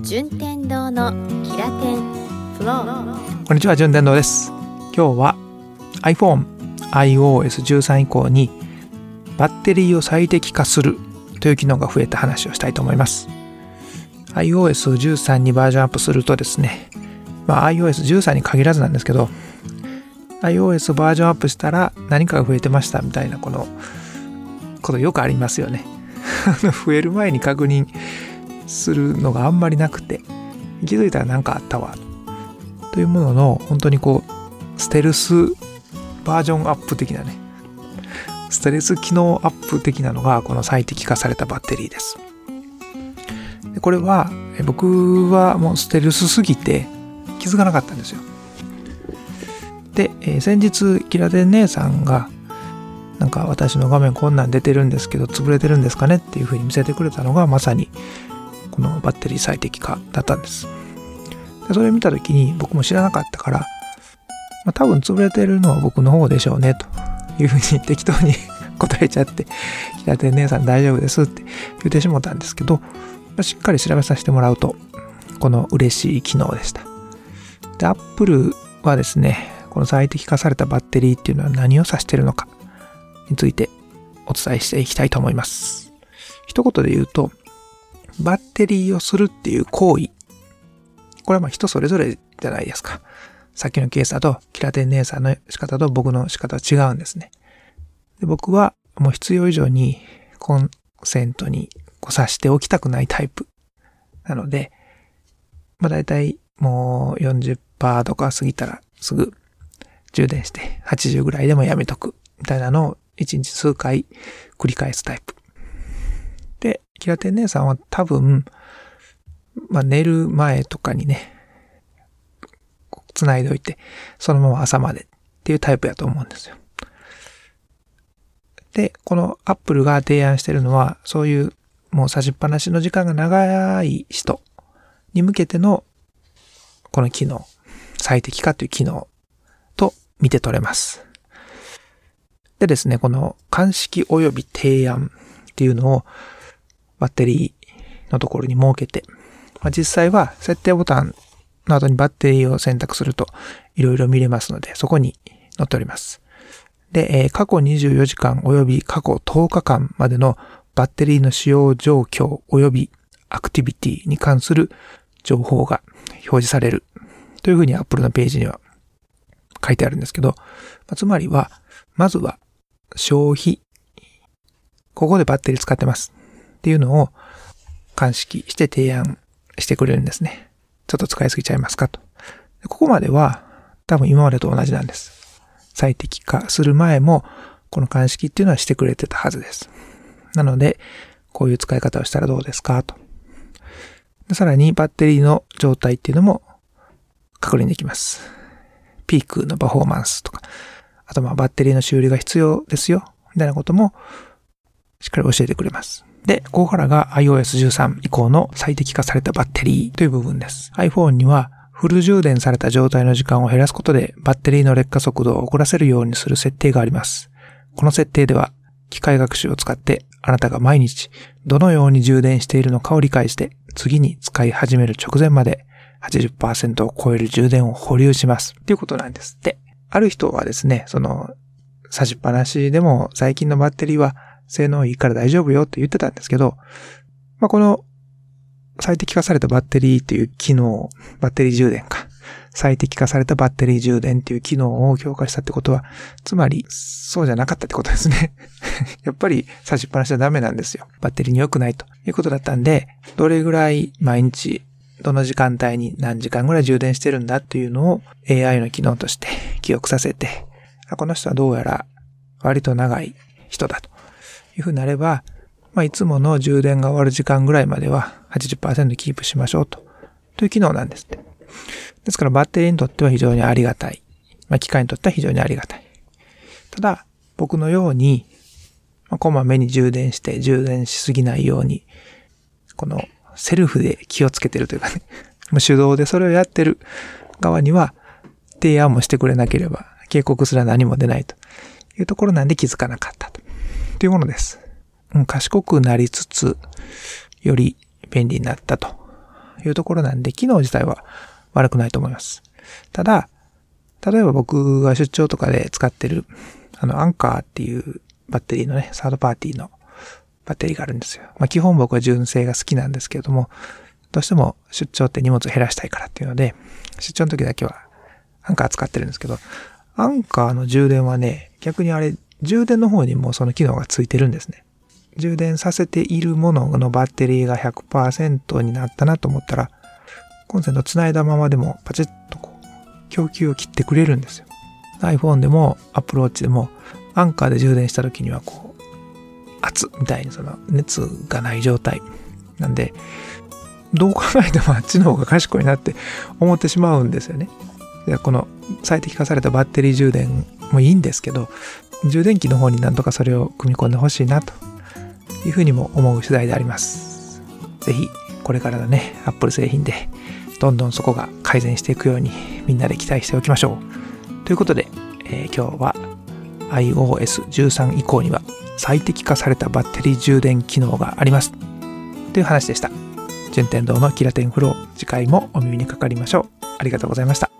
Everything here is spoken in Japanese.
順天堂のキラテンフロー。 こんにちは、順天堂です。今日は iPhone iOS13 以降にバッテリーを最適化するという機能が増えた話をしたいと思います。iOS13 にバージョンアップするとですね、iOS13 に限らずなんですけど、iOS バージョンアップしたら何かが増えてましたみたいなこのことよくありますよね。増える前に確認するのがあんまりなくて、気づいたら何かあったわというものの、本当にステルスバージョンアップ的なね、ステルス機能アップ的なのがこの最適化されたバッテリーです。でこれは僕はもうステルスすぎて気づかなかったんですよ。で、先日キラテン姉さんがなんか私の画面こんなん出てるんですけど潰れてるんですかねっていう風に見せてくれたのがまさにこのバッテリー最適化だったんです。でそれを見た時に僕も知らなかったから、多分潰れてるのは僕の方でしょうねという風に適当に答えちゃって、キラテン姉さん大丈夫ですって言ってしもたんですけど、しっかり調べさせてもらうとこの嬉しい機能でした。で、Apple はですね、この最適化されたバッテリーっていうのは何を指しているのかについてお伝えしていきたいと思います。一言で言うと、バッテリーをするっていう行為、これは人それぞれじゃないですか。さっきのケースだとキラテン姉さんの仕方と僕の仕方は違うんですね。で、僕はもう必要以上にコンセントに挿しておきたくないタイプなので、だいたいもう 40% とか過ぎたらすぐ充電して80ぐらいでもやめとくみたいなのを1日数回繰り返すタイプで、キラテン姉さんは多分寝る前とかにね繋いでおいてそのまま朝までっていうタイプやと思うんですよ。で、この Apple が提案してるのはそういうもう差しっぱなしの時間が長い人に向けてのこの機能、最適化という機能と見て取れます。でですね、この鑑識及び提案っていうのをバッテリーのところに設けて、実際は設定ボタンの後にバッテリーを選択するといろいろ見れますので、そこに載っております。で、過去24時間及び過去10日間までのバッテリーの使用状況及びアクティビティに関する情報が表示されるというふうに Apple のページには書いてあるんですけど、つまりは、まずは消費、ここでバッテリー使ってますっていうのを鑑識して提案してくれるんですね。ちょっと使いすぎちゃいますかと。ここまでは多分今までと同じなんです。最適化する前もこの鑑識っていうのはしてくれてたはずです。なので、こういう使い方をしたらどうですかと。でさらにバッテリーの状態っていうのも確認できます。ピークのパフォーマンスとか、あとバッテリーの修理が必要ですよみたいなこともしっかり教えてくれます。で、ここからが iOS13 以降の最適化されたバッテリーという部分です。iPhone にはフル充電された状態の時間を減らすことでバッテリーの劣化速度を遅らせるようにする設定があります。この設定では機械学習を使ってあなたが毎日どのように充電しているのかを理解して次に使い始める直前まで 80% を超える充電を保留しますということなんですって。ある人はですね、差しっぱなしでも最近のバッテリーは性能いいから大丈夫よって言ってたんですけど、この最適化されたバッテリーっていう機能、バッテリー充電か。最適化されたバッテリー充電っていう機能を強化したってことは、つまりそうじゃなかったってことですね。やっぱり差しっぱなしはダメなんですよ。バッテリーに良くないということだったんで、どれぐらい毎日どの時間帯に何時間ぐらい充電してるんだっていうのを AI の機能として記憶させて、この人はどうやら割と長い人だというふうになれば、いつもの充電が終わる時間ぐらいまでは 80% キープしましょうという機能なんですって。ですからバッテリーにとっては非常にありがたい。機械にとっては非常にありがたい。ただ、僕のように、こまめに充電して充電しすぎないように、このセルフで気をつけてるというかね、手動でそれをやってる側には提案もしてくれなければ警告すら何も出ないというところなんで気づかなかったというものです。賢くなりつつより便利になったというところなんで、機能自体は悪くないと思います。ただ、例えば僕が出張とかで使ってる、アンカーっていうバッテリーのね、サードパーティーのバッテリーがあるんですよ。基本僕は純正が好きなんですけれども、どうしても出張って荷物を減らしたいからっていうので、出張の時だけはアンカー使ってるんですけど、アンカーの充電はね、逆にあれ、充電の方にもその機能がついてるんですね。充電させているもののバッテリーが 100% になったなと思ったら、コンセント繋いだままでもパチッと供給を切ってくれるんですよ。iPhone でも Apple Watch でもアンカーで充電した時には熱みたいにその熱がない状態なんで、どう考えてもあっちの方が賢いなって思ってしまうんですよね。でこの最適化されたバッテリー充電もいいんですけど、充電器の方になんとかそれを組み込んでほしいなというふうにも思う次第であります。ぜひこれからのね、Apple 製品でどんどんそこが改善していくようにみんなで期待しておきましょう。ということで、今日は iOS13 以降には最適化されたバッテリー充電機能がありますという話でした。順天堂のキラテンフロー、次回もお耳にかかりましょう。ありがとうございました。